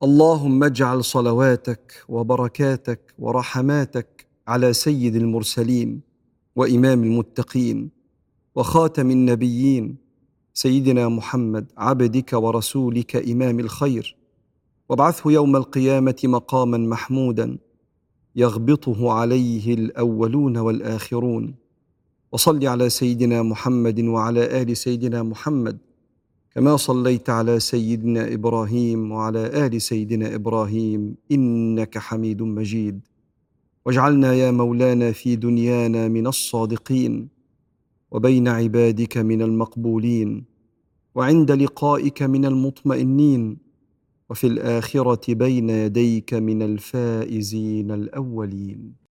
اللهم اجعل صلواتك وبركاتك ورحماتك على سيد المرسلين وإمام المتقين وخاتم النبيين سيدنا محمد عبدك ورسولك إمام الخير، وابعثه يوم القيامة مقاما محمودا يغبطه عليه الأولون والآخرون. وصل على سيدنا محمد وعلى آل سيدنا محمد كما صليت على سيدنا إبراهيم وعلى آل سيدنا إبراهيم إنك حميد مجيد. واجعلنا يا مولانا في دنيانا من الصادقين، وبين عبادك من المقبولين، وعند لقائك من المطمئنين، وفي الآخرة بين يديك من الفائزين الأولين.